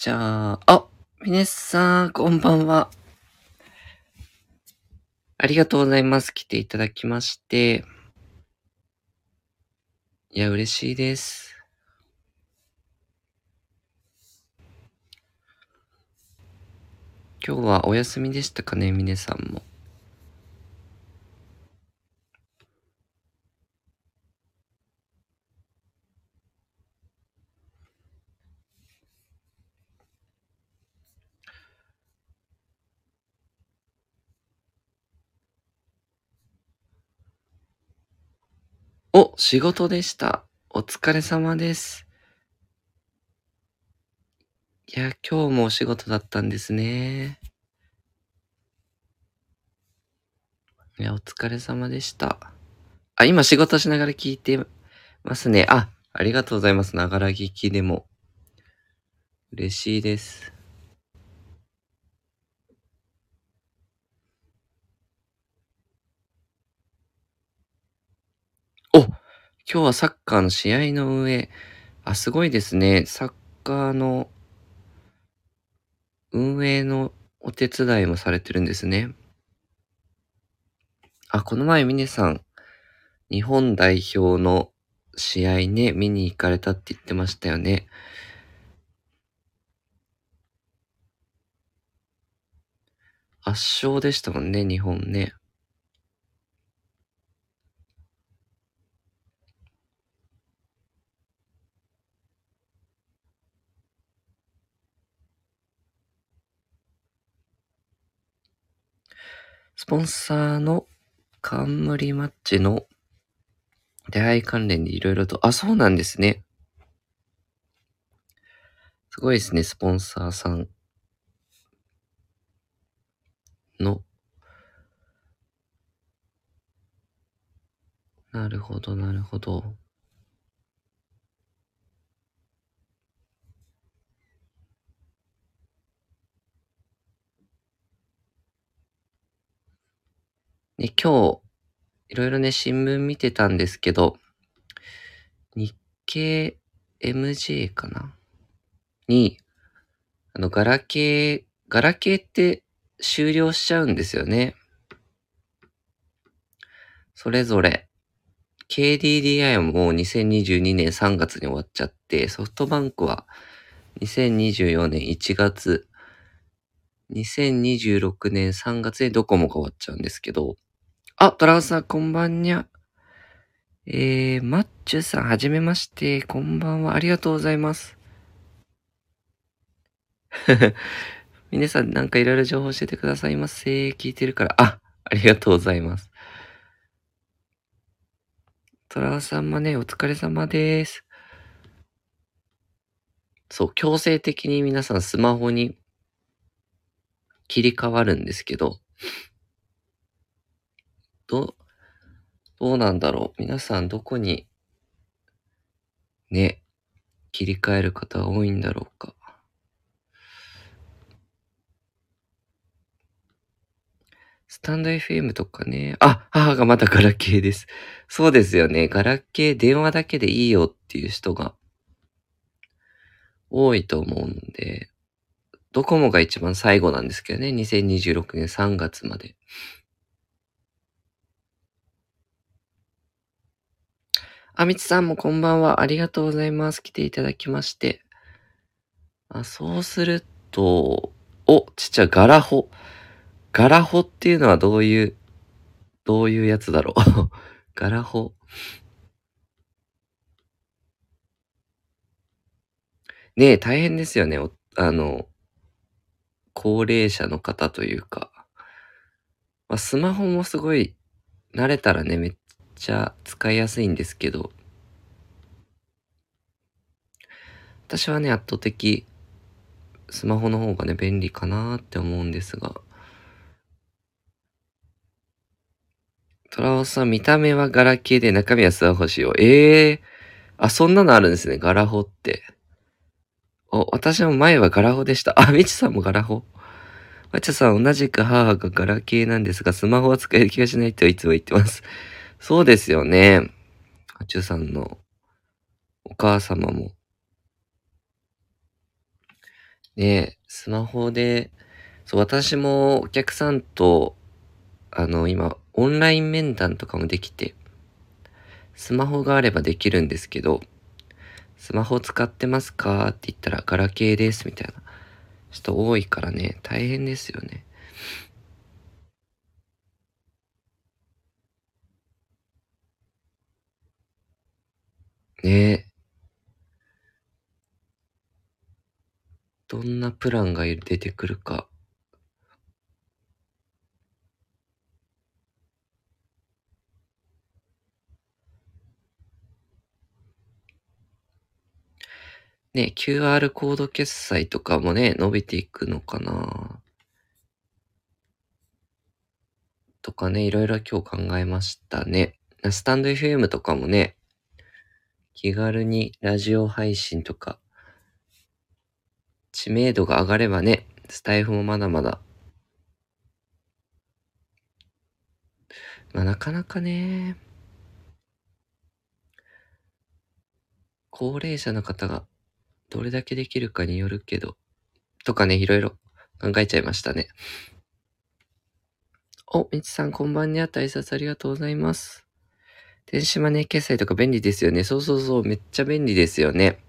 じゃあ、ミネスさん、こんばんは。ありがとうございます。来ていただきまして。いや、嬉しいです。今日はお休みでしたかね、ミネさんも。お、仕事でした。お疲れ様です。いや、今日もお仕事だったんですね。いや、お疲れ様でした。あ、今仕事しながら聞いてますね。ありがとうございます。ながら聞きでも。嬉しいです。お、今日はサッカーの試合の運営。すごいですね。サッカーの運営のお手伝いもされてるんですね。この前ミネさん、日本代表の試合ね、見に行かれたって言ってましたよね。圧勝でしたもんね、日本ね。スポンサーの冠マッチの出会い関連でいろいろと、そうなんですね。すごいですね、スポンサーさんの。なるほど、なるほど。ね、今日、いろいろね、新聞見てたんですけど、日経 MJ かなに、ガラケーって終了しちゃうんですよね。それぞれ。KDDI はもう2022年3月に終わっちゃって、ソフトバンクは2024年1月、2026年3月でドコモが終わっちゃうんですけど、トラウさんこんばんにゃ。マッチュさんはじめまして、こんばんは。ありがとうございます。皆さんなんかいろいろ情報教えてくださいませ。聞いてるから。ありがとうございます。トラさんもね、お疲れ様です。そう、強制的に皆さんスマホに切り替わるんですけど、ど、どうなんだろう。皆さんどこにね、切り替える方が多いんだろうか。スタンド FM とかね。母がまだガラケーです。そうですよね。ガラケー電話だけでいいよっていう人が多いと思うんで、ドコモが一番最後なんですけどね。2026年3月まで。みつさんもこんばんは。ありがとうございます。来ていただきまして。そうすると、ちっちゃいガラホ。ガラホっていうのはどういうやつだろう。ガラホ。ねえ、大変ですよね。高齢者の方というか。スマホもすごい、慣れたらね、めっちゃ使いやすいんですけど、私はね、圧倒的、スマホの方がね、便利かなって思うんですが。トラオさん、見た目はガラケーで中身はスマホ仕様。そんなのあるんですね。ガラホって。私も前はガラホでした。みちさんもガラホ。まちゃさん、同じく母がガラケーなんですが、スマホは使える気がしないといつも言ってます。そうですよね。まちゅさんのお母様も。 ね、スマホで、そう、私もお客さんと、今、オンライン面談とかもできて、スマホがあればできるんですけど、スマホ使ってますかって言ったら、ガラケーですみたいな人多いからね、大変ですよね。ね、どんなプランが出てくるか。ね、QR コード決済とかもね、伸びていくのかなとかね、いろいろ今日考えましたね。スタンド FM とかもね、気軽にラジオ配信とか、知名度が上がればね、スタイフもまだまだ、まあ、なかなかね、高齢者の方がどれだけできるかによるけど、とかね、いろいろ考えちゃいましたね。お、みちさんこんばんにあった挨拶ありがとうございます。電子マネー決済とか便利ですよね。そうそうそう、めっちゃ便利ですよね。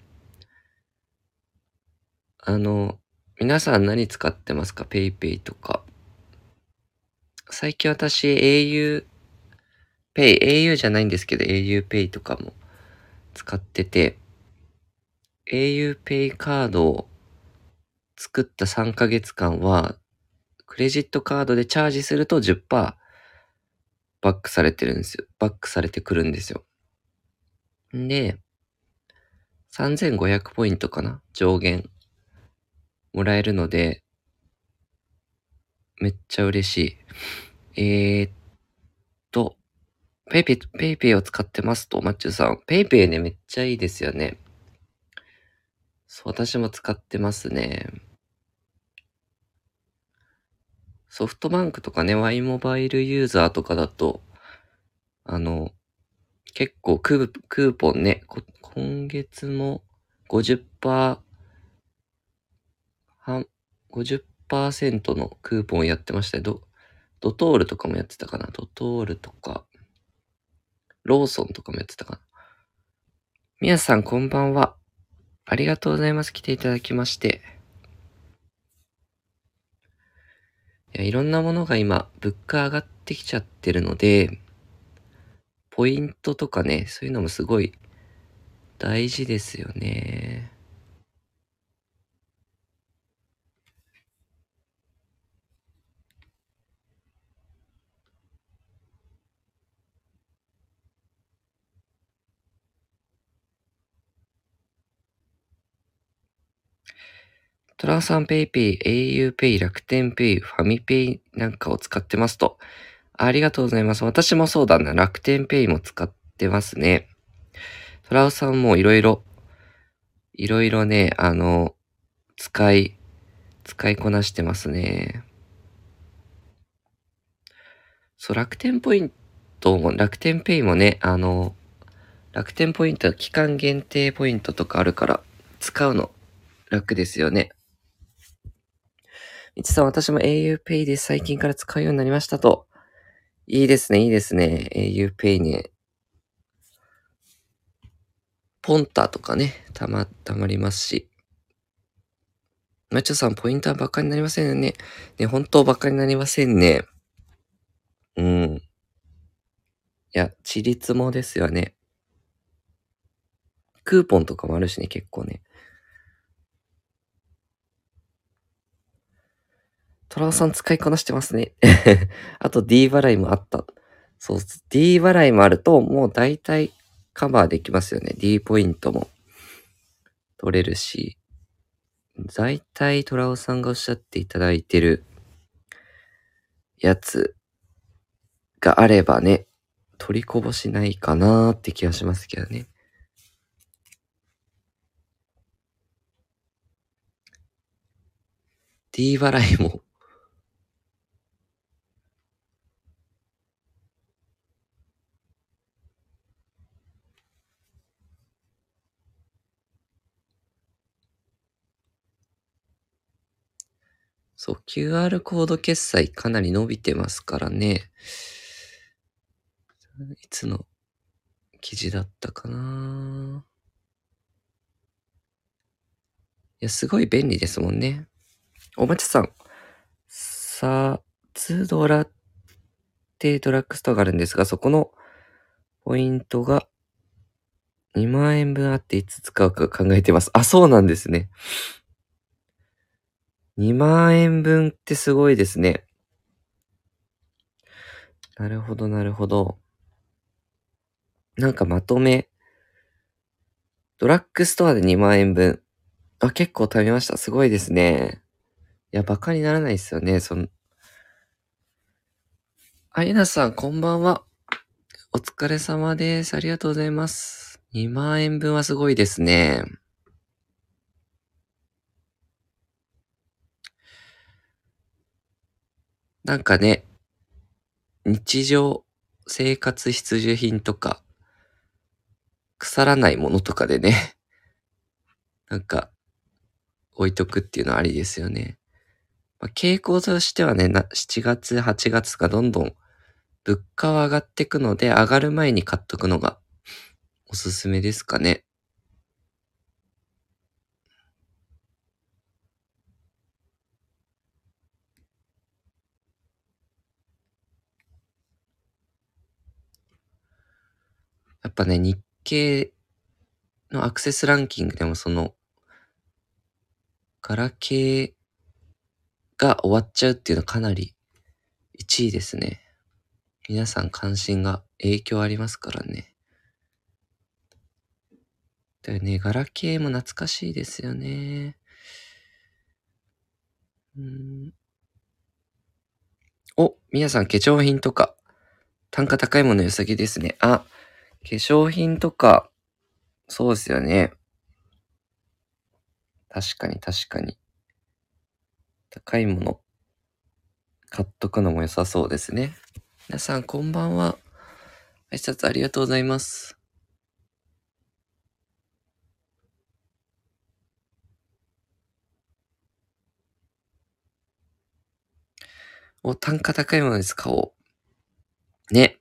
あの、皆さん何使ってますか？ペイペイとか。最近私 au ペイ、au じゃないんですけど au ペイとかも使ってて、au ペイカードを作った3ヶ月間は、クレジットカードでチャージすると10%バックされてるんですよ。バックされてくるんですよ。んで、3500ポイントかな上限もらえるので、めっちゃ嬉しい。と、ペイペイを使ってますと、マッチュさん。ペイペイね、めっちゃいいですよね。そう、私も使ってますね。ソフトバンクとかね、Y モバイルユーザーとかだと、あの、結構クーポンね、今月も50%、50%のクーポンをやってましたよ。ドトールとかもやってたかな。ドトールとか、ローソンとかもやってたかな。みやさんこんばんは。ありがとうございます。来ていただきまして。いや、いろんなものが今、物価上がってきちゃってるので、ポイントとかね、そういうのもすごい大事ですよね。トランサンペイペイ、au ペイ、楽天ペイ、ファミペイなんかを使ってますと。ありがとうございます。私もそうだな。楽天ペイも使ってますね。トラウさんもいろいろね、使い、使いこなしてますね。そう、楽天ポイントも、楽天ペイもね、楽天ポイントは期間限定ポイントとかあるから、使うの楽ですよね。いちさん、私も au ペイで最近から使うようになりましたと。いいですね、いいですね。au ペイね。ポンタとかね、たまりますし。マッチョさん、ポイントはバカになりませんね。ね、本当バカになりませんね。うん。いや、ちりつもですよね。クーポンとかもあるしね、結構ね。トラオさん使いこなしてますね。あと D 払いもあった。そう、D 払いもあると、もう大体カバーできますよね。D ポイントも取れるし。大体トラオさんがおっしゃっていただいてるやつがあればね、取りこぼしないかなーって気がしますけどね。D 払いもそう、QR コード決済かなり伸びてますからね。いつの記事だったかな。いや、すごい便利ですもんね。おまちさん、サツドラってドラッグストアがあるんですが、そこのポイントが2万円分あっていつ使うか考えてます。あ、そうなんですね。2万円分ってすごいですね。なるほど、なるほど。なんかまとめ、ドラッグストアで2万円分。あ、結構食べました。すごいですね。いや、バカにならないですよね。あ、ゆなさん、こんばんは。お疲れ様です。ありがとうございます。2万円分はすごいですね。なんかね、日常生活必需品とか、腐らないものとかでね、なんか置いとくっていうのはありですよね。まあ、傾向としてはね、7月、8月がどんどん物価は上がってくので、上がる前に買っとくのがおすすめですかね。やっぱね、日経のアクセスランキングでもガラケーが終わっちゃうっていうのはかなり1位ですね。皆さん関心が影響ありますからね。だよね、ガラケーも懐かしいですよね。皆さん化粧品とか単価高いもの良さげですね。あ、化粧品とか、そうですよね。確かに確かに。高いもの買っとくのも良さそうですね。皆さんこんばんは。挨拶ありがとうございます。単価高いものです。買おう。ね。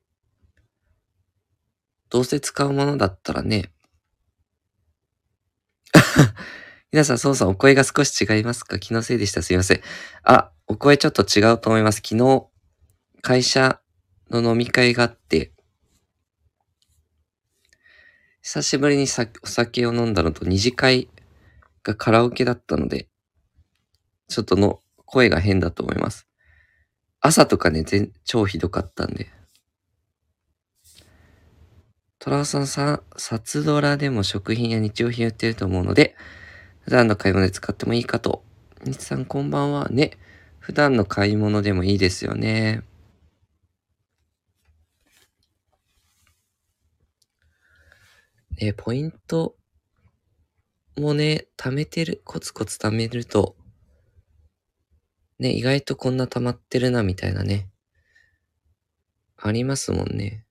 どうせ使うものだったらね。皆さん、そうそう、お声が少し違いますか？気のせいでした。すいません。あ、お声ちょっと違うと思います。昨日、会社の飲み会があって、久しぶりにお酒を飲んだのと二次会がカラオケだったので、ちょっと声が変だと思います。朝とかね、超ひどかったんで。トラオさん札ドラでも食品や日用品売ってると思うので、普段の買い物で使ってもいいかと。日さんこんばんは。ね。普段の買い物でもいいですよね。ポイントもね、コツコツ貯めると、ね、意外とこんな貯まってるな、みたいなね、ありますもんね。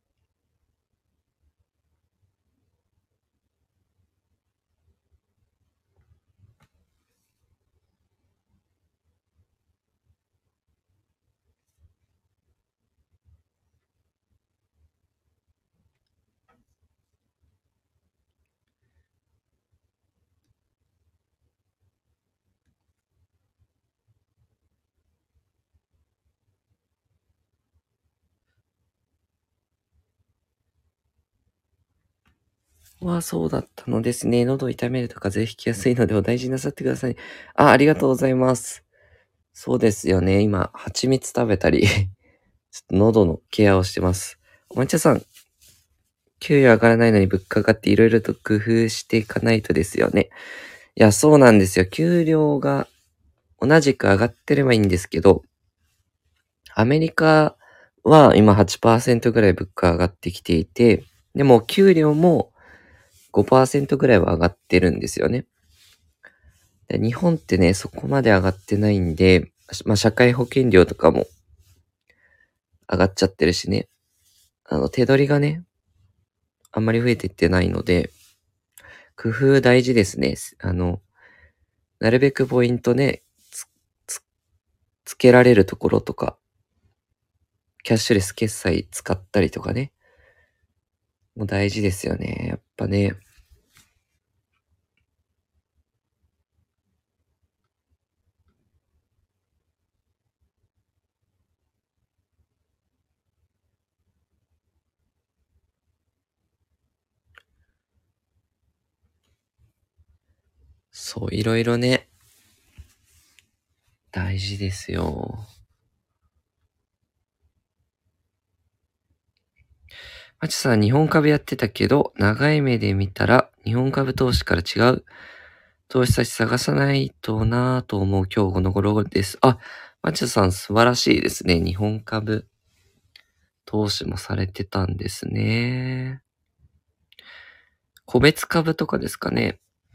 そうだったのですね。喉を痛めると風邪ひきやすいのでお大事になさってください。ありがとうございます。そうですよね。今、蜂蜜食べたりちょっと喉のケアをしてます。おまちゃさん、給与上がらないのに物価上がっていろいろと工夫していかないとですよね。いや、そうなんですよ。給料が同じく上がってればいいんですけど、アメリカは今8%ぐらい物価上がってきていて、でも給料も5%ぐらいは上がってるんですよね。で日本ってね、そこまで上がってないんで、社会保険料とかも上がっちゃってるしね。手取りがね、あんまり増えていってないので、工夫大事ですね。なるべくポイントね、 つけられるところとか、キャッシュレス決済使ったりとかね、もう大事ですよね。やっぱね。そう、いろいろね、大事ですよ。マチさん、日本株やってたけど、長い目で見たら、日本株投資から違う投資先探さないとなぁと思う今日この頃です。あ、マチさん素晴らしいですね。日本株投資もされてたんですね。個別株とかですかね。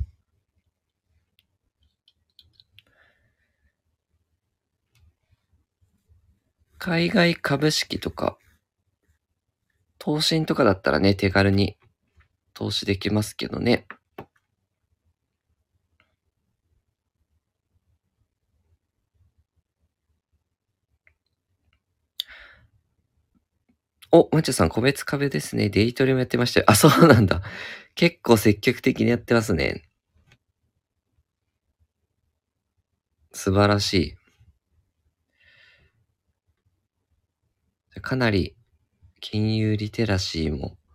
海外株式とか、投信とかだったらね、手軽に投資できますけどね。お、マチさん個別株ですね。デイトレもやってましたよ。あ、そうなんだ。結構積極的にやってますね。素晴らしい。かなり金融リテラシーも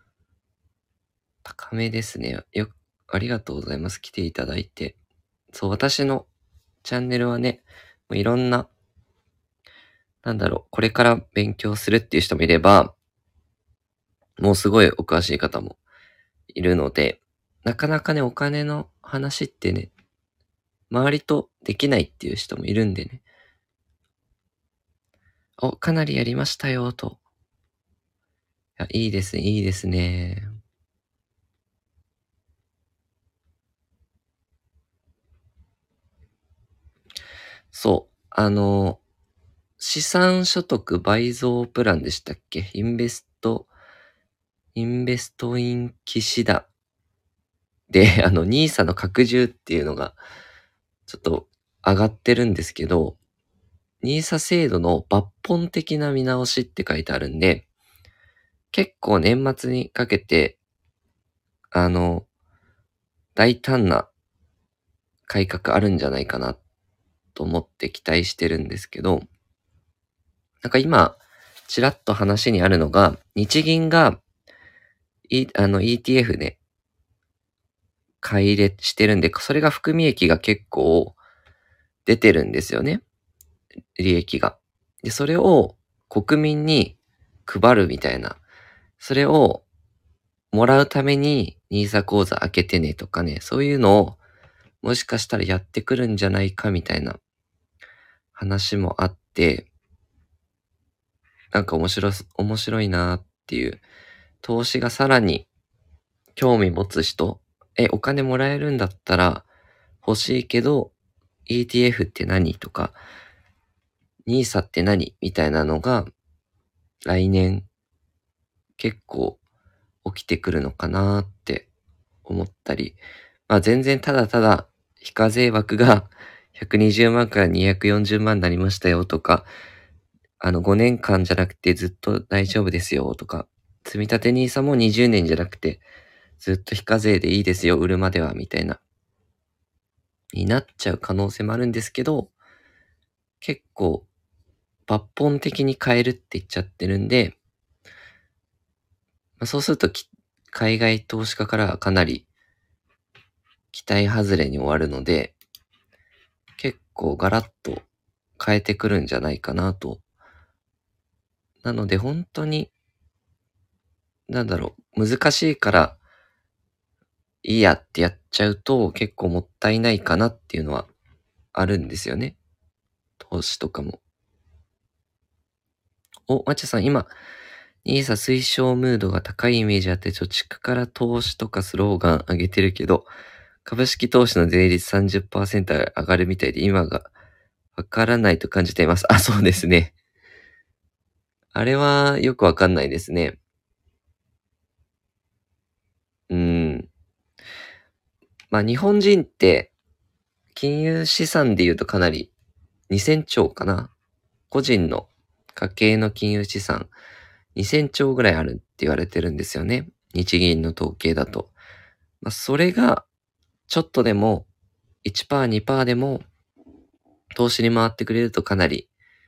高めですね。ありがとうございます。来ていただいて。そう、私のチャンネルはね、もういろんな、これから勉強するっていう人もいれば、もうすごいお詳しい方もいるので、なかなかね、お金の話ってね、周りとできないっていう人もいるんでね、かなりやりましたよ、と。いいですね、いいですね。そう、資産所得倍増プランでしたっけ？インベストイン騎士団で、ニーサの拡充っていうのが、ちょっと上がってるんですけど、ニーサ制度の抜本的な見直しって書いてあるんで、結構年末にかけて、あの、大胆な改革あるんじゃないかなと思って期待してるんですけど、なんか今、ちらっと話にあるのが、日銀が、ETF で買い入れしてるんで、それが含み益が結構出てるんですよね。利益が。で、それを国民に配るみたいな。それをもらうためにニーサ口座開けてねとかね、そういうのをもしかしたらやってくるんじゃないかみたいな話もあって、なんか面白いなっていう、投資がさらに興味持つ人、お金もらえるんだったら欲しいけど、ETF って何とか、ニーサって何みたいなのが来年結構起きてくるのかなって思ったり、まあ全然ただただ非課税枠が120万から240万になりましたよとか、5年間じゃなくてずっと大丈夫ですよとか、積み立て NISA も20年じゃなくてずっと非課税でいいですよ、売るまではみたいな、になっちゃう可能性もあるんですけど、結構抜本的に変えるって言っちゃってるんで、そうすると海外投資家からはかなり期待外れに終わるので、結構ガラッと変えてくるんじゃないかなと。なので本当に、難しいからいいやってやっちゃうと結構もったいないかなっていうのはあるんですよね。投資とかも。マチャさん今、ニーサ推奨ムードが高いイメージあって貯蓄から投資とかスローガン上げてるけど、株式投資の税率30%上がるみたいで今がわからないと感じています。あ、そうですね。あれはよくわかんないですね。うーん。まあ日本人って金融資産で言うとかなり 2000兆かな。個人の家計の金融資産2000兆ぐらいあるって言われてるんですよね。日銀の統計だと。それがちょっとでも1%、2%でも投資に回ってくれるとかなり、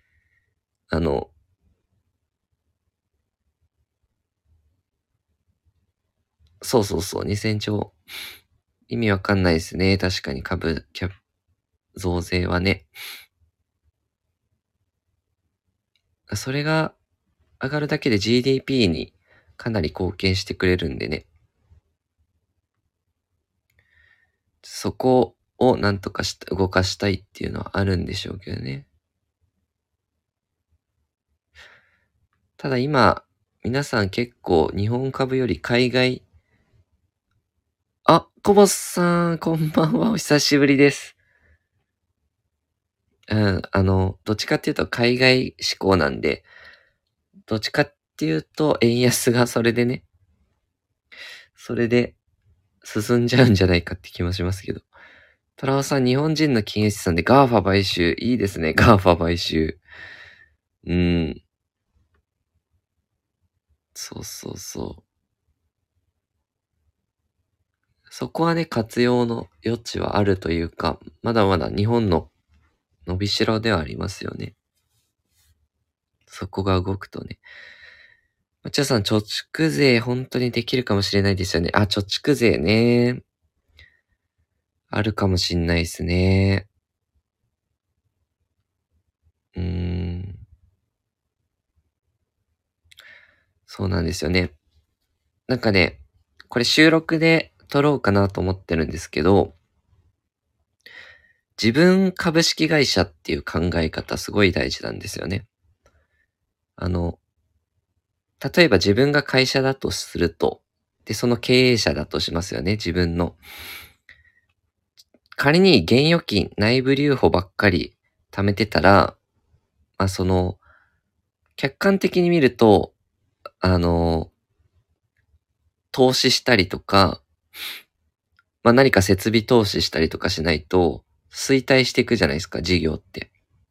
そうそうそう、2000兆。意味わかんないですね。確かに増税はね。それが上がるだけで GDP にかなり貢献してくれるんでね。そこをなんとか動かしたいっていうのはあるんでしょうけどね。ただ今、皆さん結構日本株より海外、コボスさん、こんばんは。お久しぶりです。どっちかっていうと海外志向なんで、どっちかっていうと円安がそれで進んじゃうんじゃないかって気もしますけど。トラオさん、日本人の金融資産でガーファ買収。いいですね、ガーファ買収。そうそうそう。そこはね、活用の余地はあるというか、まだまだ日本の伸びしろではありますよね。そこが動くとね。ちゃさん、貯蓄税本当にできるかもしれないですよね。貯蓄税ね。あるかもしんないですね。そうなんですよね。なんかね、これ収録で撮ろうかなと思ってるんですけど、自分株式会社っていう考え方すごい大事なんですよね。あの、例えば自分が会社だとすると、で、その経営者だとしますよね、自分の。仮に現預金、内部留保ばっかり貯めてたら、客観的に見ると、あの、投資したりとか、何か設備投資したりとかしないと、衰退していくじゃないですか、事業って。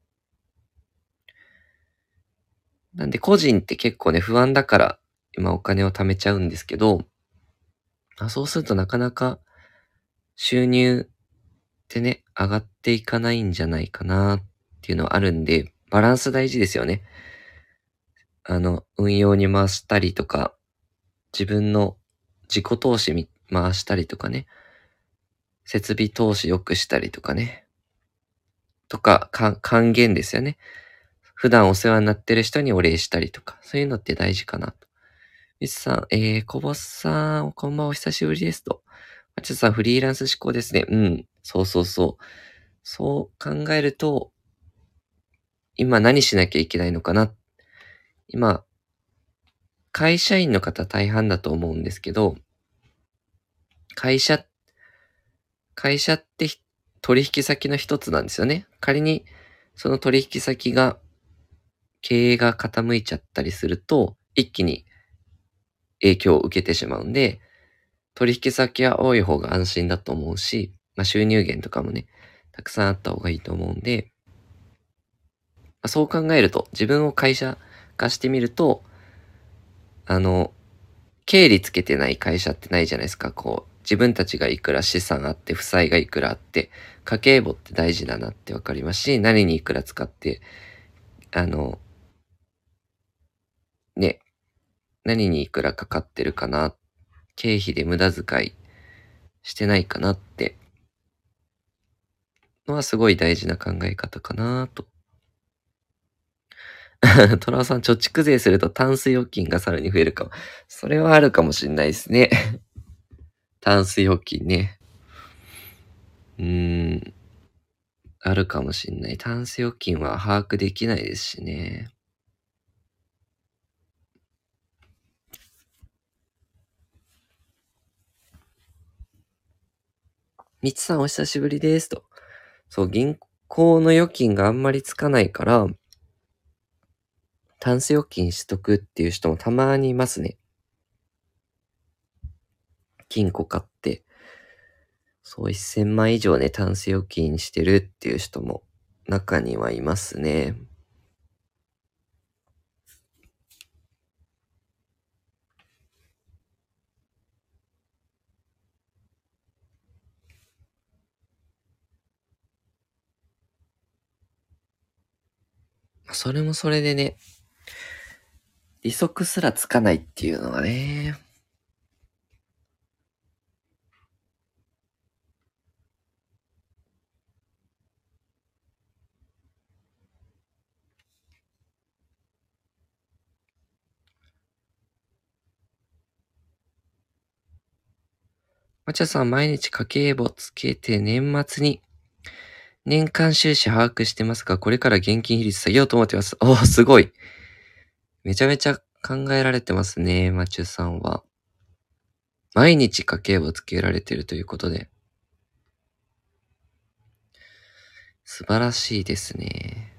なんで個人って結構ね、不安だから、今お金を貯めちゃうんですけど、そうするとなかなか収入ってね、上がっていかないんじゃないかなっていうのはあるんで、バランス大事ですよね。運用に回したりとか、自分の自己投資に回したりとかね、設備投資良くしたりとかね、還元ですよね。普段お世話になってる人にお礼したりとか、そういうのって大事かなと。ミスさん、小ボスさん、こんばんはお久しぶりですと。マチュさん、フリーランス志向ですね。うん。そうそうそう。そう考えると、今何しなきゃいけないのかな。今、会社員の方大半だと思うんですけど、会社、会社って取引先の一つなんですよね。仮に、その取引先が、経営が傾いちゃったりすると、一気に影響を受けてしまうんで、取引先は多い方が安心だと思うし、収入源とかもね、たくさんあった方がいいと思うんで、そう考えると、自分を会社化してみると、あの、経理つけてない会社ってないじゃないですか。自分たちがいくら資産あって、負債がいくらあって、家計簿って大事だなってわかりますし、何にいくら使って、あの、ね、何にいくらかかってるかな、経費で無駄遣いしてないかなってのはすごい大事な考え方かなと。トラさん、貯蓄税するとタンス預金がさらに増えるかも。それはあるかもしんないですね。タンス預金ね。あるかもしんない。タンス預金は把握できないですしね。みつさんお久しぶりですと。そう、銀行の預金があんまりつかないから、タンス預金しとくっていう人もたまにいますね。金庫買って。そう、1000万以上ね、タンス預金してるっていう人も中にはいますね。それもそれでね、利息すらつかないっていうのがね。まちゃさん、毎日家計簿つけて年末に年間収支把握してますが、これから現金比率下げようと思ってます。おー、すごい。めちゃめちゃ考えられてますね、まちゅさんは。毎日家計簿つけられてるということで。素晴らしいですね。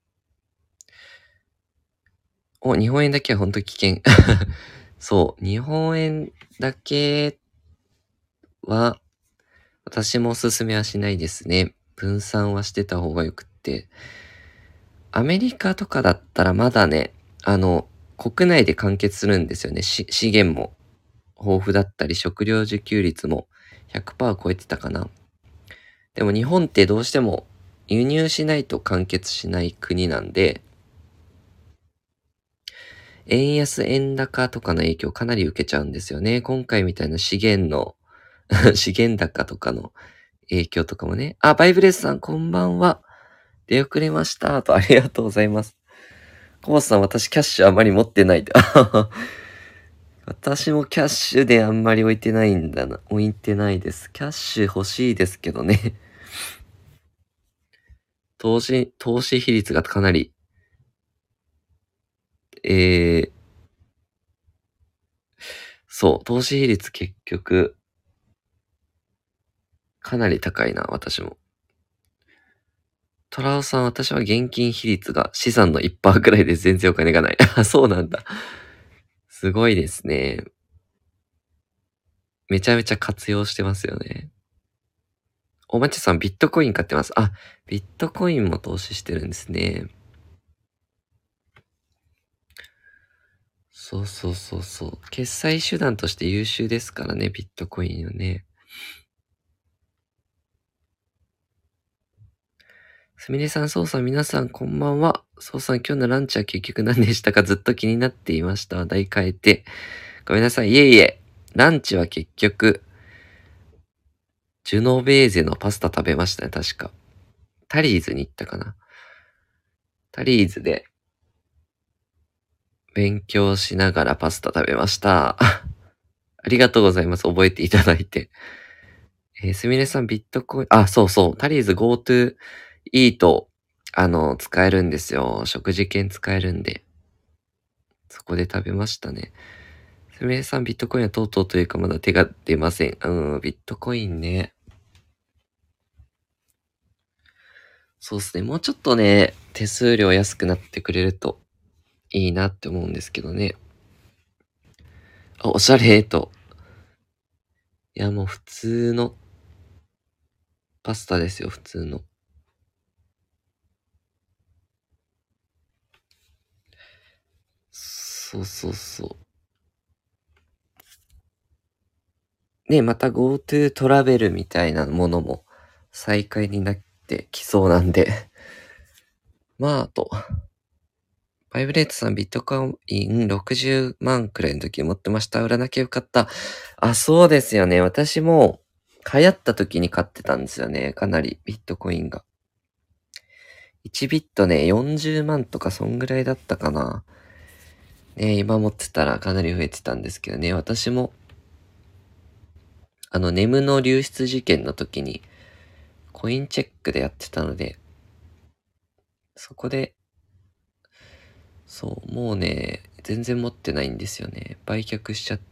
お、日本円だけは本当危険。そう、日本円だけは、私もおすすめはしないですね。分散はしてた方がよくって。アメリカとかだったらまだね、国内で完結するんですよね。資源も豊富だったり、食料自給率も100%超えてたかな。でも日本ってどうしても輸入しないと完結しない国なんで、円安円高とかの影響かなり受けちゃうんですよね。今回みたいな資源の資源高とかの影響とかもね。あ、バイブレスさんこんばんは。出遅れました。とありがとうございます。コモスさん、私キャッシュあまり持ってないって。私もキャッシュであんまり置いてないんだな。置いてないです。キャッシュ欲しいですけどね。投資比率がかなり、えー、そう、投資比率結局、かなり高いな、私も。トラオさん、私は現金比率が資産の1%くらいで全然お金がない。あ、そうなんだ。すごいですね。めちゃめちゃ活用してますよね。おまちさん、ビットコイン買ってます。あ、ビットコインも投資してるんですね。そうそうそうそう。決済手段として優秀ですからね、ビットコインはね。すみれさん、そうさん、皆さん、こんばんは。そうさん、今日のランチは結局何でしたか？ずっと気になっていました。話題変えて。ごめんなさい。いえいえ。ランチは結局、ジュノベーゼのパスタ食べましたね、確か。タリーズに行ったかな。タリーズで勉強しながらパスタ食べました。ありがとうございます。覚えていただいて。すみれさん、ビットコイン、あ、そうそう。タリーズ GoTo イート、使えるんですよ。食事券使えるんで。そこで食べましたね。すみれさん、ビットコインはとうとうというかまだ手が出ません。うん、ビットコインね。そうですね。もうちょっとね、手数料安くなってくれるといいなって思うんですけどね。あ、おしゃれと。いや、もう普通のパスタですよ、普通の。そうそうそう。ね、また GoTo トラベルみたいなものも再開になってきそうなんで。まあ、あと、バイブレートさんビットコイン60万くらいの時持ってました。売らなきゃよかった。あ、そうですよね。私も流行った時に買ってたんですよね。かなりビットコインが。1ビットね、40万とかそんぐらいだったかな。ね、今持ってたらかなり増えてたんですけどね。私も、ネムの流出事件の時にコインチェックでやってたので、そこで、そう、もうね、全然持ってないんですよね。売却しちゃって。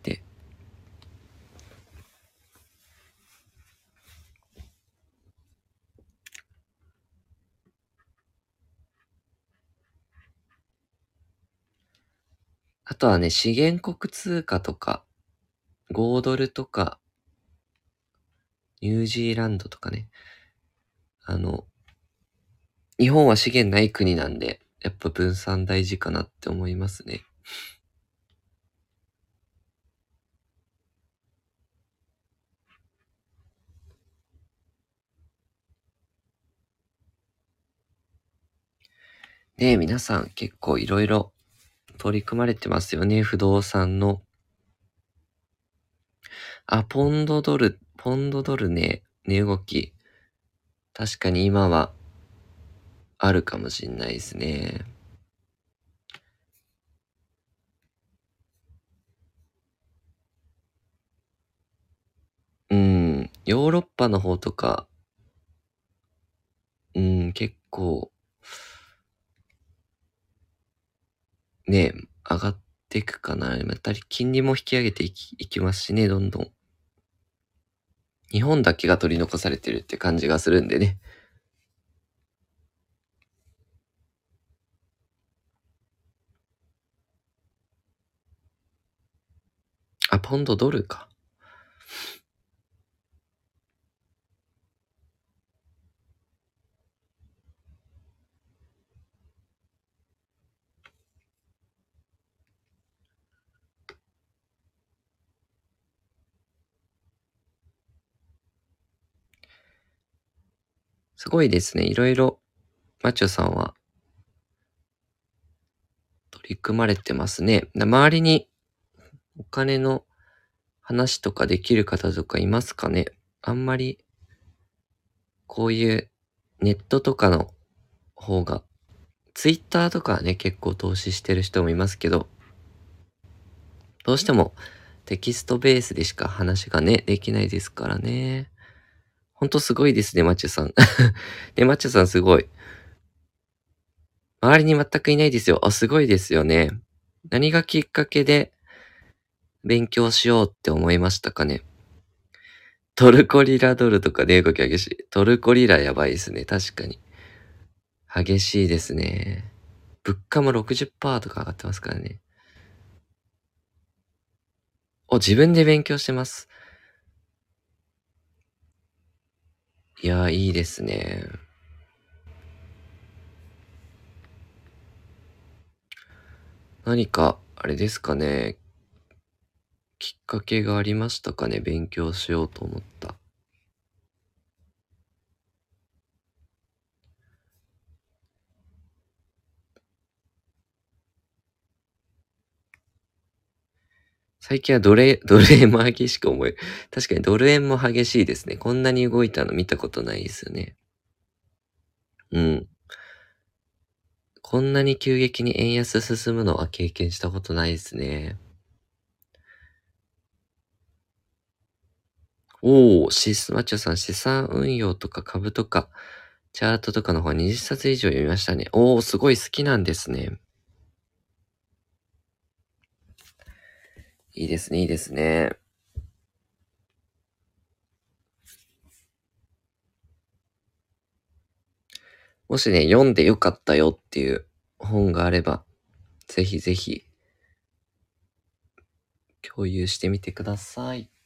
あとはね、資源国通貨とか、5ドルとか、ニュージーランドとかね。あの、 日本は資源ない国なんで、やっぱ分散大事かなって思いますね。ねえ、皆さん結構いろいろ取り組まれてますよね、不動産の。あ、ポンドドルね、値動き。確かに今はあるかもしんないですね。うん、ヨーロッパの方とか、うん、結構、ね、上がっていくかな。また金利も引き上げていきますしね、どんどん。日本だけが取り残されてるって感じがするんでね。あ、ポンドドルか。すごいですね。いろいろ、マチョさんは取り組まれてますね。周りにお金の話とかできる方とかいますかね。あんまり、こういうネットとかの方が、ツイッターとかはね、結構投資してる人もいますけど、どうしてもテキストベースでしか話がね、できないですからね。ほんとすごいですね、マチュさん。ね、マチュさんすごい。周りに全くいないですよ。あ、すごいですよね。何がきっかけで勉強しようって思いましたかね。トルコリラドルとか値動き激しい。トルコリラやばいですね。確かに。激しいですね。物価も60%とか上がってますからね。自分で勉強してます。いやー、いいですね。何か、あれですかね。きっかけがありましたかね。勉強しようと思った。最近はドル円も激しく思え、確かにドル円も激しいですね。こんなに動いたの見たことないですよね。うん。こんなに急激に円安進むのは経験したことないですね。マッチョさん、資産運用とか株とか、チャートとかの方20冊以上読みましたね。すごい好きなんですね。いいですね、いいですね。もしね、読んでよかったよっていう本があれば、ぜひぜひ共有してみてください。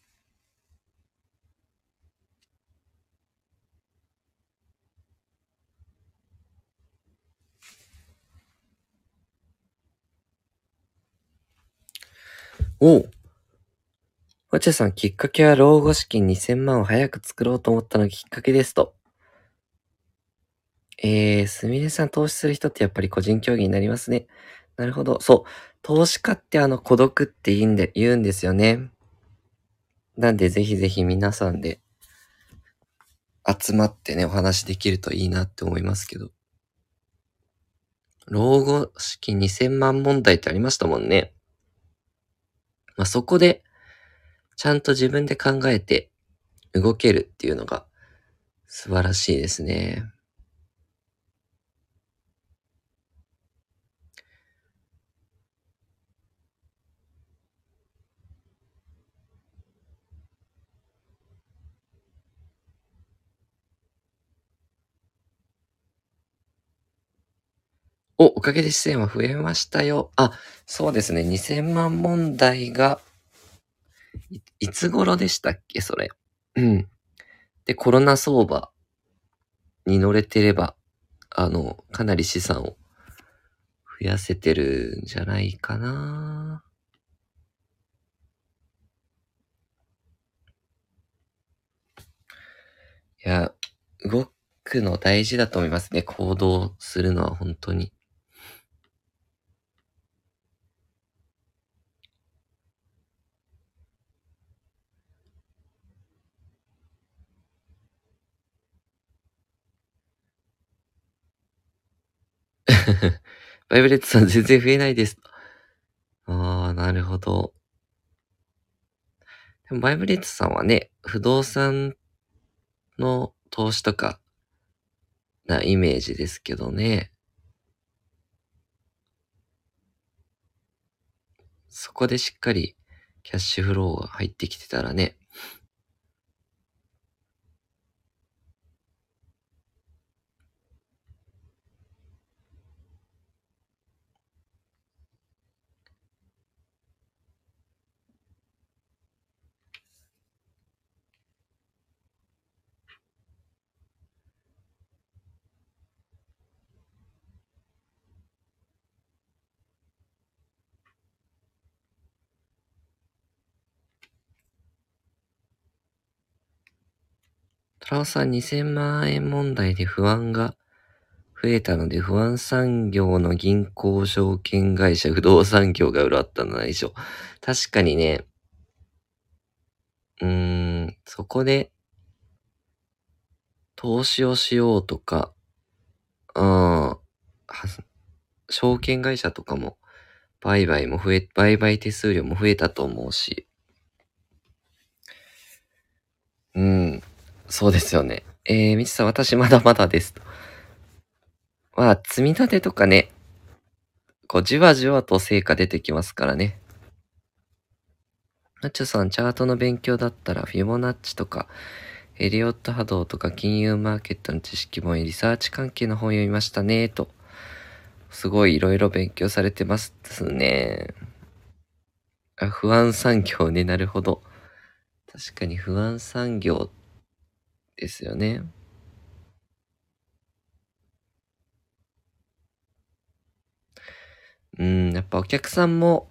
おう。マチャさん、きっかけは老後資金2000万を早く作ろうと思ったのがきっかけですと。すみれさん投資する人ってやっぱり個人競技になりますね。なるほど。そう。投資家って孤独って言うんですよね。なんでぜひぜひ皆さんで集まってね、お話できるといいなって思いますけど。老後資金2000万問題ってありましたもんね。まあ、そこでちゃんと自分で考えて動けるっていうのが素晴らしいですね。おかげで出演は増えましたよ。あ、そうですね。2000万問題がいつ頃でしたっけ、それ。うん。で、コロナ相場に乗れてればかなり資産を増やせてるんじゃないかな。いや、動くの大事だと思いますね。行動するのは本当に。バイブレットさん全然増えないです。ああ、なるほど。でもバイブレットさんはね、不動産の投資とかなイメージですけどね。そこでしっかりキャッシュフローが入ってきてたらね。トラオさん2000万円問題で不安が増えたので、不安産業の銀行、証券会社、不動産業が潤ったのないでしょ。確かにね、そこで投資をしようとか、証券会社とかも、売買手数料も増えたと思うし、そうですよね。みちさん、私まだまだですと。まあ、積み立てとかね、こう、じわじわと成果出てきますからね。ナッチョさん、チャートの勉強だったら、フィボナッチとか、エリオット波動とか、金融マーケットの知識本やリサーチ関係の本読みましたね、と。すごいいろいろ勉強されてますね。不安産業ね、なるほど。確かに不安産業ですよね。やっぱお客さんも、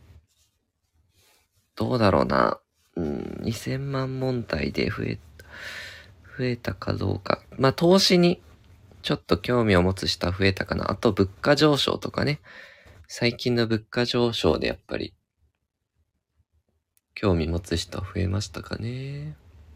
どうだろうな。2000万問題で増えたかどうか。まあ、投資にちょっと興味を持つ人は増えたかな。あと、物価上昇とかね。最近の物価上昇でやっぱり、興味持つ人は増えましたかね。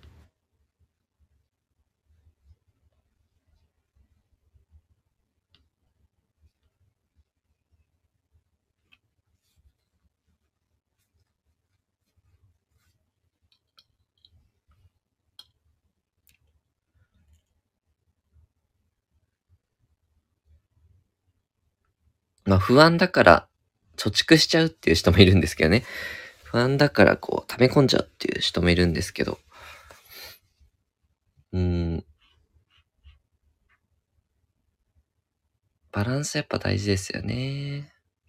まあ、不安だから貯蓄しちゃうっていう人もいるんですけどね。不安だからこう、溜め込んじゃうっていう人もいるんですけど。うーん、バランスやっぱ大事ですよね。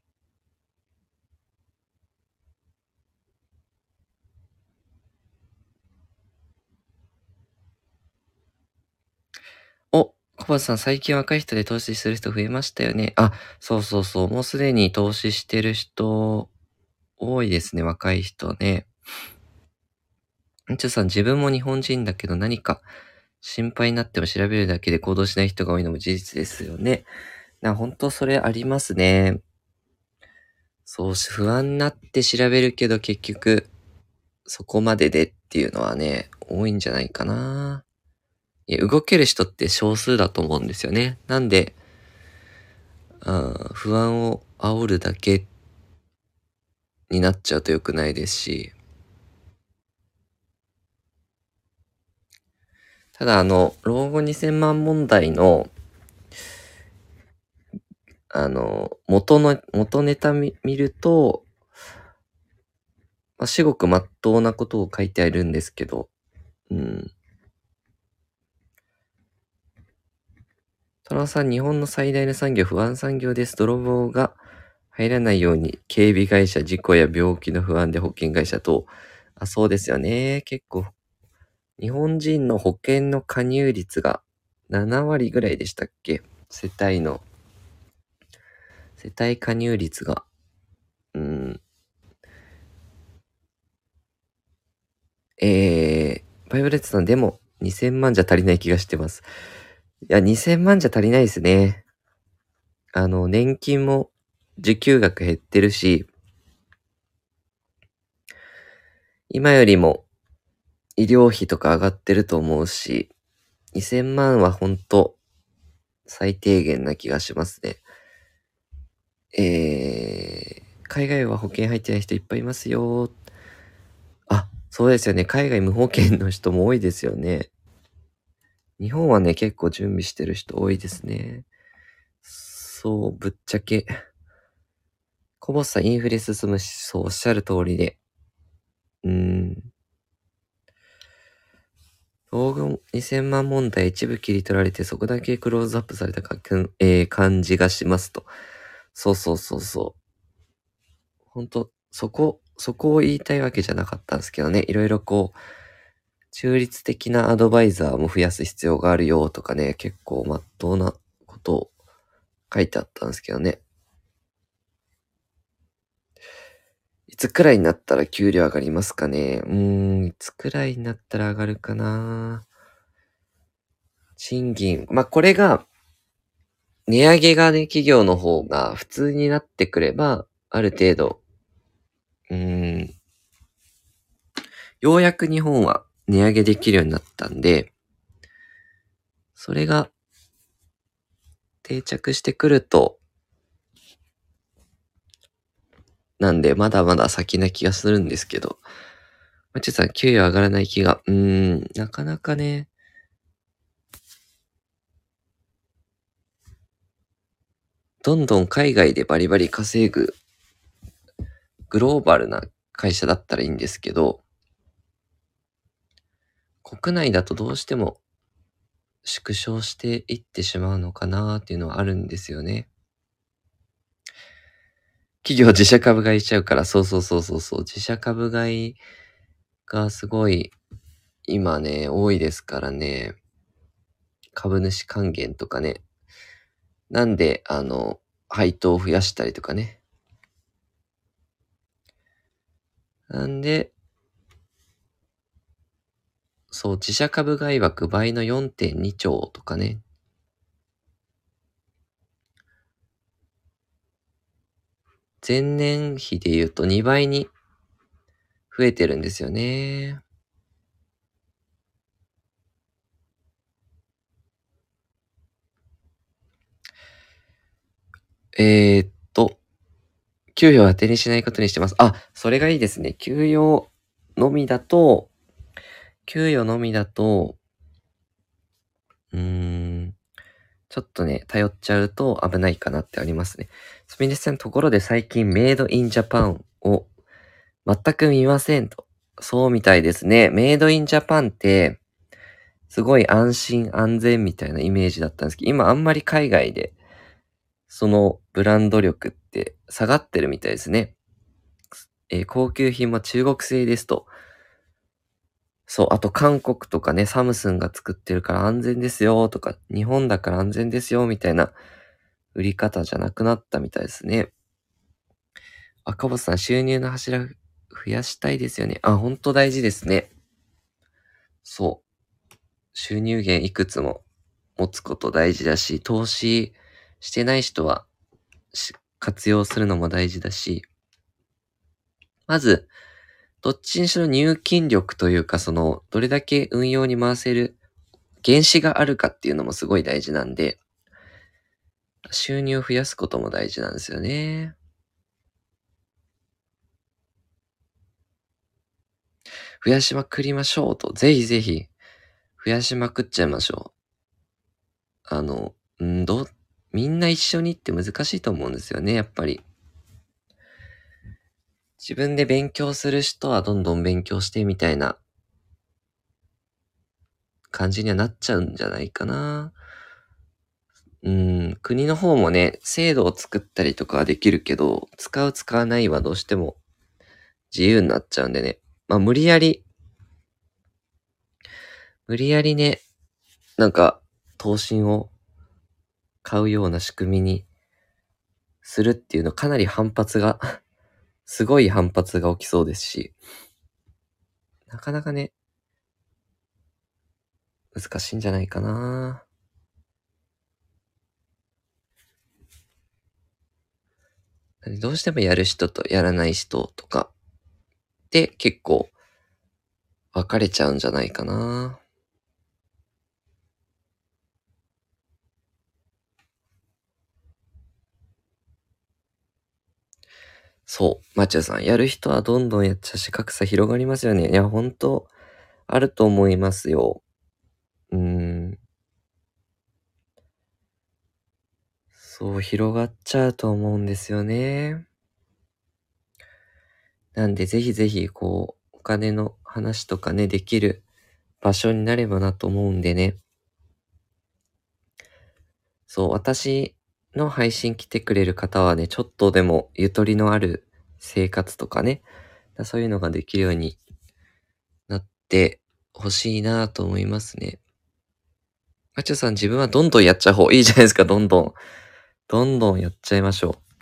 お、コバさん、最近若い人で投資する人増えましたよね。あ、そうそうそう。もうすでに投資してる人、多いですね。若い人ね。んちょさん、自分も日本人だけど何か心配になっても調べるだけで行動しない人が多いのも事実ですよね。本当それありますね。そう、不安になって調べるけど結局そこまででっていうのはね、多いんじゃないかな。いや、動ける人って少数だと思うんですよね。なんで、不安を煽るだけになっちゃうと良くないですし、ただ老後2000万問題の、元ネタ見ると、まあ、至極真っ当なことを書いてあるんですけど、うん。トラさん、日本の最大の産業、不安産業です。泥棒が入らないように、警備会社、事故や病気の不安で保険会社と、そうですよね。結構、日本人の保険の加入率が7割ぐらいでしたっけ？ 世帯加入率が、バイブレットさんでも2000万じゃ足りない気がしてます。いや、2000万じゃ足りないですね。年金も受給額減ってるし、今よりも医療費とか上がってると思うし、2000万はほんと最低限な気がしますね。海外は保険入ってない人いっぱいいますよ。あ、そうですよね。海外無保険の人も多いですよね。日本はね、結構準備してる人多いですね。そう、ぶっちゃけ。コボさん、インフレ進むし、そう、おっしゃる通りで。道具2000万問題一部切り取られて、そこだけクローズアップされた感じがしますと。そうそうそうそう。ほんと、そこを言いたいわけじゃなかったんですけどね。いろいろこう、中立的なアドバイザーも増やす必要があるよとかね、結構真っ当なことを書いてあったんですけどね。いつくらいになったら給料上がりますかね。いつくらいになったら上がるかな。賃金。まあ、これが、値上げがね、企業の方が普通になってくれば、ある程度、ようやく日本は値上げできるようになったんで、それが定着してくると、なんで、まだまだ先な気がするんですけど、まちさん、給与上がらない気が、なかなかね、どんどん海外でバリバリ稼ぐ、グローバルな会社だったらいいんですけど、国内だとどうしても縮小していってしまうのかなっていうのはあるんですよね。企業自社株買いしちゃうから、そうそうそうそうそう、自社株買いがすごい今ね、多いですからね。株主還元とかね。なんで、配当を増やしたりとかね。なんで、そう、自社株買い枠倍の 4.2 兆とかね。前年比で言うと2倍に増えてるんですよね。えーっと、給与は当てにしないことにしてます。あ、それがいいですね。のみだと、給与のみだと、うーん、ちょっとね、頼っちゃうと危ないかなってありますね。すみれさん、ところで最近メイドインジャパンを全く見ませんと。そうみたいですね。メイドインジャパンって、すごい安心安全みたいなイメージだったんですけど、今あんまり海外で、そのブランド力って下がってるみたいですね。高級品も中国製ですと。そう、あと韓国とかね、サムスンが作ってるから安全ですよとか、日本だから安全ですよみたいな売り方じゃなくなったみたいですね。赤星さん、収入の柱増やしたいですよね。あ、ほんと大事ですね。そう。収入源いくつも持つこと大事だし、投資してない人は活用するのも大事だし、まず、どっちにしろ入金力というか、どれだけ運用に回せる原資があるかっていうのもすごい大事なんで、収入を増やすことも大事なんですよね。増やしまくりましょうと。ぜひぜひ、増やしまくっちゃいましょう。みんな一緒にって難しいと思うんですよね、やっぱり。自分で勉強する人はどんどん勉強してみたいな感じにはなっちゃうんじゃないかな。国の方もね、制度を作ったりとかはできるけど、使う使わないはどうしても自由になっちゃうんでね。まあ無理やりね、なんか、答申を買うような仕組みにするっていうのかなり反発がすごい反発が起きそうですし、なかなかね、難しいんじゃないかな。どうしてもやる人とやらない人とかで結構分かれちゃうんじゃないかな。そう、マチュさん、やる人はどんどんやっちゃうし、格差広がりますよね。いや、ほんと、あると思いますよ。うーん。そう、広がっちゃうと思うんですよね。なんで、ぜひぜひ、お金の話とかね、できる場所になればなと思うんでね。そう、私の配信来てくれる方はね、ちょっとでもゆとりのある生活とかね、そういうのができるようになってほしいなと思いますね。マチュさん自分はどんどんやっちゃう方いいじゃないですか、どんどん。どんどんやっちゃいましょう。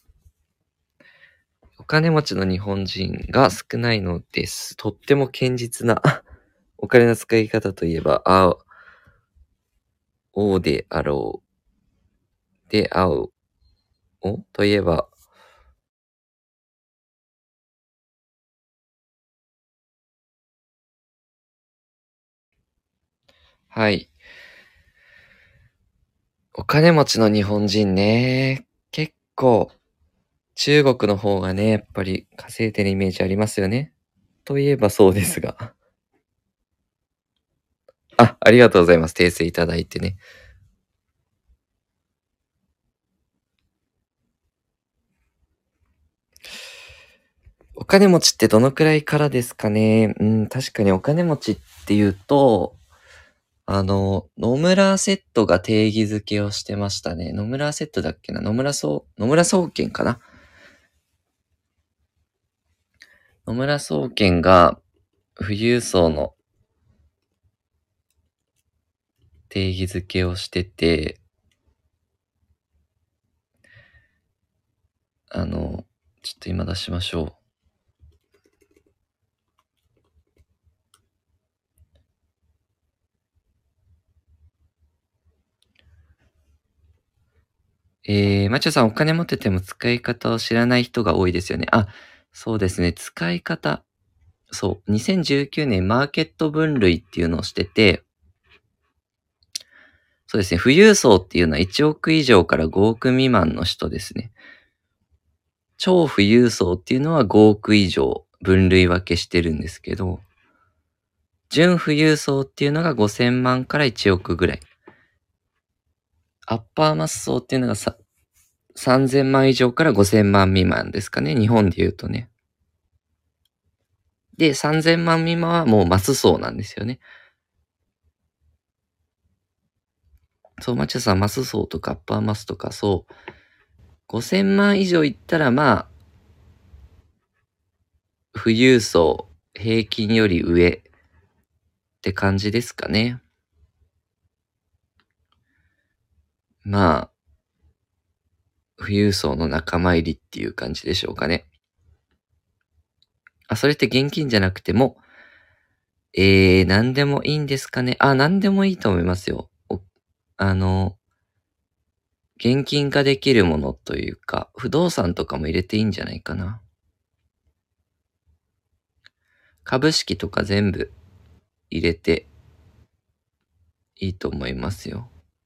お金持ちの日本人が少ないのです。とっても堅実なお金の使い方といえば、おうであろう。で、といえば、はい。お金持ちの日本人ね。結構、中国の方がね、やっぱり稼いでるイメージありますよね。といえばそうですが。ありがとうございます。訂正いただいてね。お金持ちってどのくらいからですかね。確かにお金持ちっていうと、野村セットが定義づけをしてましたね。野村セットだっけな、野村総研かな。野村総研が富裕層の定義づけをしてて、ちょっと今出しましょう。マチョさんお金持ってても使い方を知らない人が多いですよね。そうですね。使い方。そう。2019年マーケット分類っていうのをしてて、そうですね。富裕層っていうのは1億以上から5億未満の人ですね。超富裕層っていうのは5億以上分類分けしてるんですけど、純富裕層っていうのが5000万から1億ぐらい。アッパーマッソーっていうのが3000万以上から5000万未満ですかね。日本で言うとね。で、3000万未満はもうマス層なんですよね。そう、マチャさん、マス層とかアッパーマスとか、そう、5000万以上いったら、まあ、富裕層、平均より上って感じですかね。まあ、富裕層の仲間入りっていう感じでしょうかね。それって現金じゃなくても、何でもいいんですかね。何でもいいと思いますよ。あの、現金化できるものというか、不動産とかも入れていいんじゃないかな。株式とか全部入れていいと思いますよ。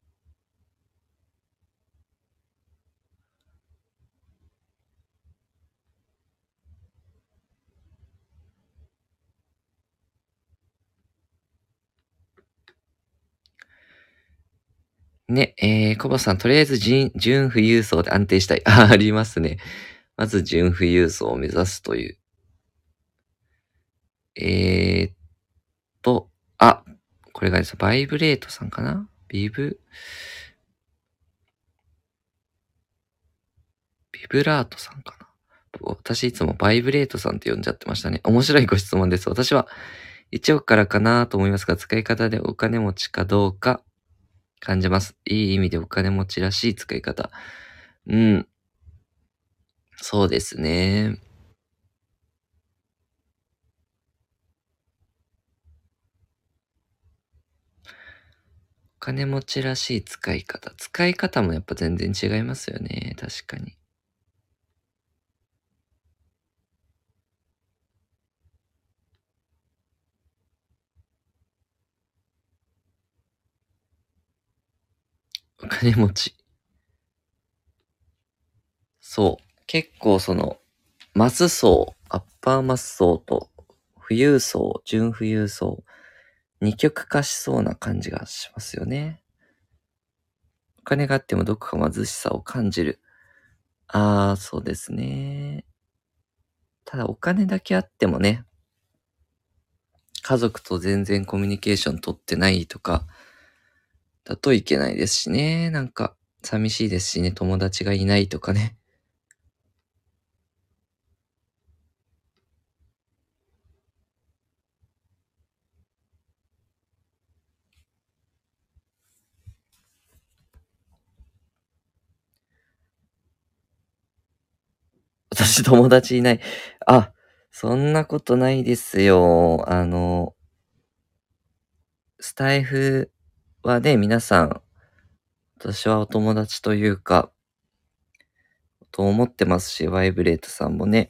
ね、コバさん、とりあえず純富裕層で安定したい。ありますね。まず純富裕層を目指すという。えーっと、これがです。バイブレートさんかなビブラートさんかな。私いつもバイブレートさんって呼んじゃってましたね。面白いご質問です。私は1億からかなと思いますが、使い方でお金持ちかどうか感じます。いい意味でお金持ちらしい使い方。うん、そうですね。お金持ちらしい使い方。使い方もやっぱ全然違いますよね。確かに。お金持ち。そう。結構マス層、アッパーマス層と、富裕層、準富裕層、二極化しそうな感じがしますよね。お金があってもどこか貧しさを感じる。ああ、そうですね。ただお金だけあってもね、家族と全然コミュニケーション取ってないとか、だといけないですしね。なんか、寂しいですしね、友達がいないとかね。私友達いない。あ、そんなことないですよ。スタイフはね、皆さん、私はお友達というか、と思ってますし、ワイブレートさんもね、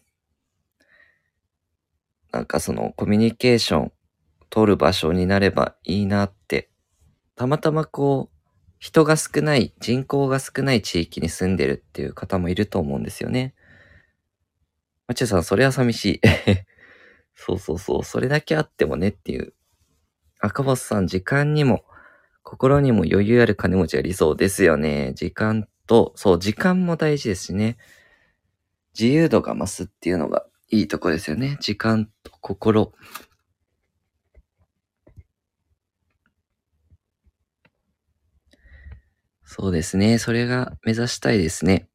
なんかコミュニケーション取る場所になればいいなって、たまたま人が少ない、人口が少ない地域に住んでるっていう方もいると思うんですよね。マチュさん、それは寂しい。そうそうそう、それだけあってもねっていう。赤星さん、時間にも、心にも余裕ある金持ちが理想ですよね。時間と、そう、時間も大事ですしね。自由度が増すっていうのがいいとこですよね。時間と心。そうですね。それが目指したいですね。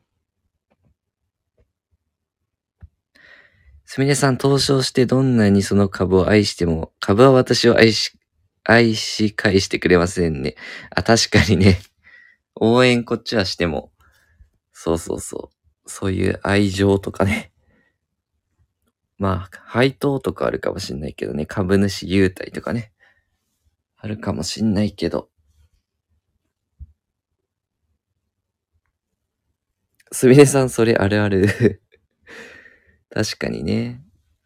すみれさん、投資をしてどんなにその株を愛しても、株は私を愛し返してくれませんね。あ、確かにね。応援こっちはしても、そうそうそう。そういう愛情とかね。まあ、配当とかあるかもしんないけどね。株主優待とかね。あるかもしんないけど。すみれさん、それあるある。確かにね。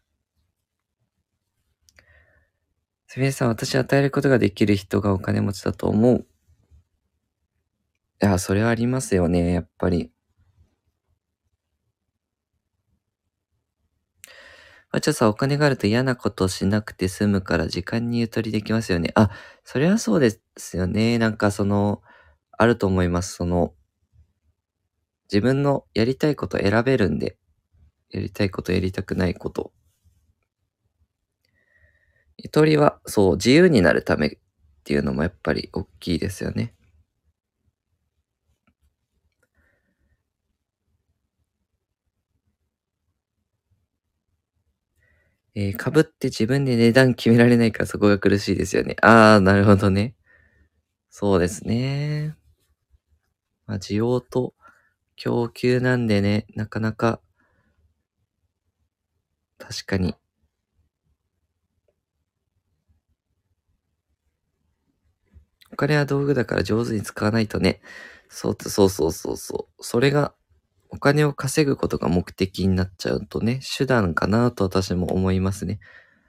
すみれさん、私与えることができる人がお金持ちだと思う。いや、それはありますよね。やっぱり。ちょさん、お金があると嫌なことをしなくて済むから時間にゆとりできますよね。あ、それはそうですよね。なんかあると思います。自分のやりたいこと選べるんで、やりたいこと、やりたくないこと。ゆとりは、そう、自由になるためっていうのもやっぱり大きいですよね。株って自分で値段決められないからそこが苦しいですよね。あー、なるほどね。そうですね。まあ、需要と供給なんでね、なかなか確かに。お金は道具だから上手に使わないとね。そうそうそうそう。それがお金を稼ぐことが目的になっちゃうとね、手段かなと私も思いますね。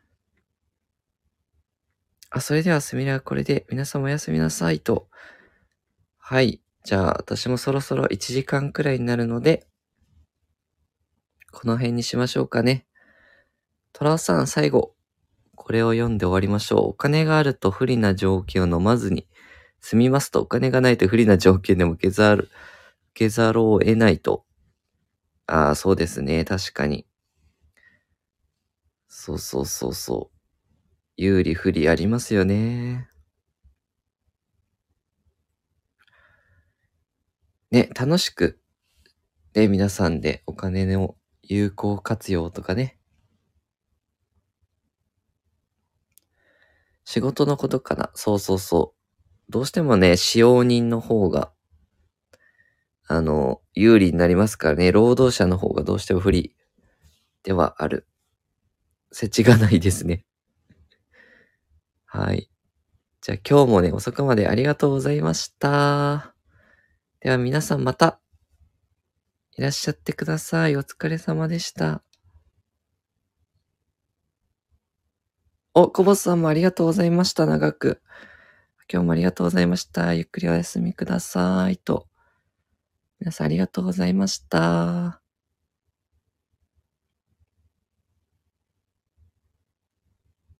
あ、それではすみれはこれで皆さんおやすみなさいと。はい。じゃあ私もそろそろ1時間くらいになるので、この辺にしましょうかね。トラオさん最後、これを読んで終わりましょう。お金があると不利な条件を飲まずに済みますと、お金がないと不利な条件でも受けざるを得ないと。ああ、そうですね。確かに。そうそうそうそう。有利不利ありますよね。ね、楽しく、ね、皆さんでお金の有効活用とかね、仕事のことかな。そうそうそう。 どうしてもね、使用人の方が、有利になりますからね、労働者の方がどうしても不利ではある。世知がないですね。はい。じゃあ今日もね、遅くまでありがとうございました。では皆さんまたいらっしゃってください。お疲れ様でした。お、コボさんもありがとうございました。長く。今日もありがとうございました。ゆっくりお休みください。と。皆さんありがとうございました。